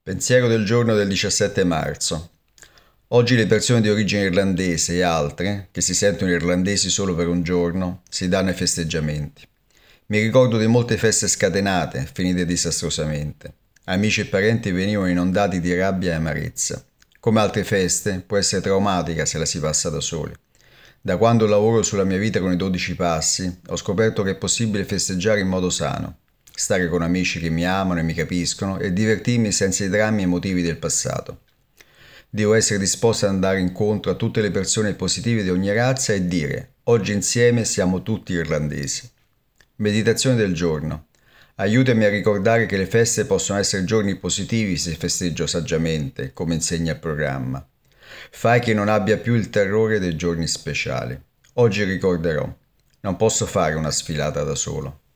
Pensiero del giorno del 17 marzo. Oggi le persone di origine irlandese e altre, che si sentono irlandesi solo per un giorno, si danno ai festeggiamenti. Mi ricordo di molte feste scatenate, finite disastrosamente. Amici e parenti venivano inondati di rabbia e amarezza. Come altre feste, può essere traumatica se la si passa da soli. Da quando lavoro sulla mia vita con i 12 passi, ho scoperto che è possibile festeggiare in modo sano, stare con amici che mi amano e mi capiscono e divertirmi senza i drammi emotivi del passato. Devo essere disposto ad andare incontro a tutte le persone positive di ogni razza e dire: oggi insieme siamo tutti irlandesi. Meditazione del giorno. Aiutami a ricordare che le feste possono essere giorni positivi se festeggio saggiamente, come insegna il programma. Fai che non abbia più il terrore dei giorni speciali. Oggi ricorderò: non posso fare una sfilata da solo.